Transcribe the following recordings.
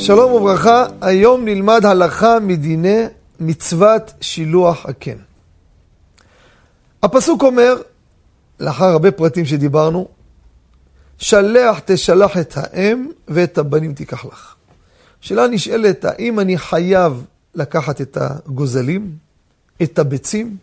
שלום וברכה, היום נלמד הלכה מדיני מצוות שילוח הקן. הפסוק אומר, לאחר הרבה פרטים שדיברנו, שלח תשלח את האם ואת הבנים תיקח לך. שאלה נשאלת, האם אני חייב לקחת את הגוזלים, את הביצים?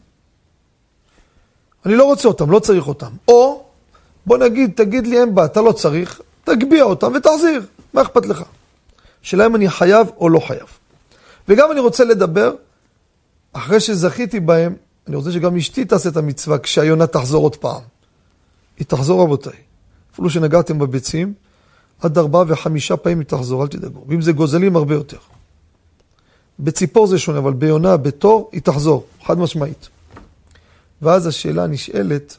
אני לא רוצה אותם, לא צריך אותם. או, בוא נגיד, תגיד לי אמבה, אתה לא צריך, תגביע אותם ותחזיר. מה אכפת לך? שאלה אם אני חייב או לא חייב. וגם אני רוצה לדבר, אחרי שזכיתי בהם, אני רוצה שגם אשתי תעשה את המצווה כשהיונה תחזור עוד פעם. היא תחזור רבותיי. אפילו שנגעתם בביצים, עד 4 ו5 פעמים היא תחזור, אל תדאגו. ואם זה גוזלים הרבה יותר. בציפור זה שונה, אבל ביונה, בתור, היא תחזור, חד משמעית. ואז השאלה נשאלת,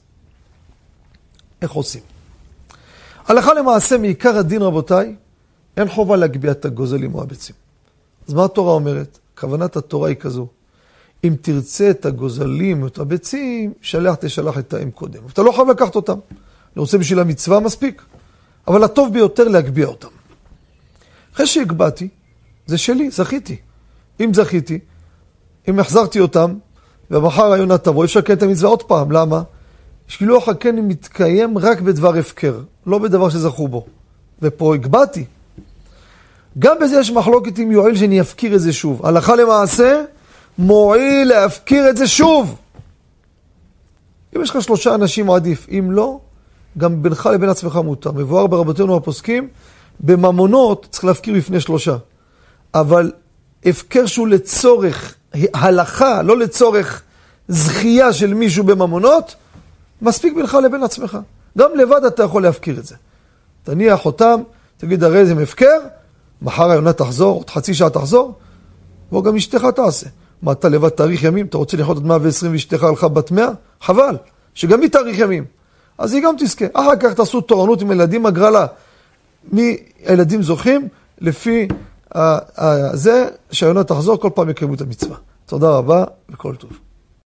איך עושים? הלכה למעשה מעיקר הדין רבותיי, אין חובה להגביע את הגוזלים או הביצים. אז מה התורה אומרת? כוונת התורה היא כזו. אם תרצה את הגוזלים או את הביצים, שלח תשלח את האם קודם. אתה לא חייב לקחת אותם. אני רוצה בשביל המצווה מספיק. אבל הטוב ביותר להגביע אותם. אחרי שהגבעתי, זה שלי, זכיתי. אם זכיתי, אם החזרתי אותם, ומחר היונה תבוא, אפשר לקיים את המצווה עוד פעם. למה? שילוח הקן מתקיים רק בדבר הפקר, לא בדבר שזכו בו. ופה הגבעתי. גם בזה יש מחלוקת אם יועיל שאני אפקיר את זה שוב. הלכה למעשה, מועיל להפקיר את זה שוב. אם יש לך 3 אנשים עדיף, אם לא, גם בינך לבין עצמך מותר. מבואר ברבותינו הפוסקים, בממונות צריך להפקיר בפני 3. אבל הפקר שהוא לצורך הלכה, לא לצורך זכייה של מישהו בממונות, מספיק בינך לבין עצמך. גם לבד אתה יכול להפקיר את זה. תניח אותם, תגיד הרי זה מפקר, מחר היונה תחזור, עוד חצי שעה תחזור, וגם אשתך תעשה. מה, אתה לבד תאריך ימים? אתה רוצה לחיות עד 120 ואשתך הלכה בת 100? חבל, שגם היא תאריך ימים. אז היא גם תזכה. אחר כך תעשו תורנות עם ילדים, הגרלה. מי הילדים זוכים? לפי זה שהיונה תחזור, כל פעם יקיימו את המצווה. תודה רבה וכל טוב.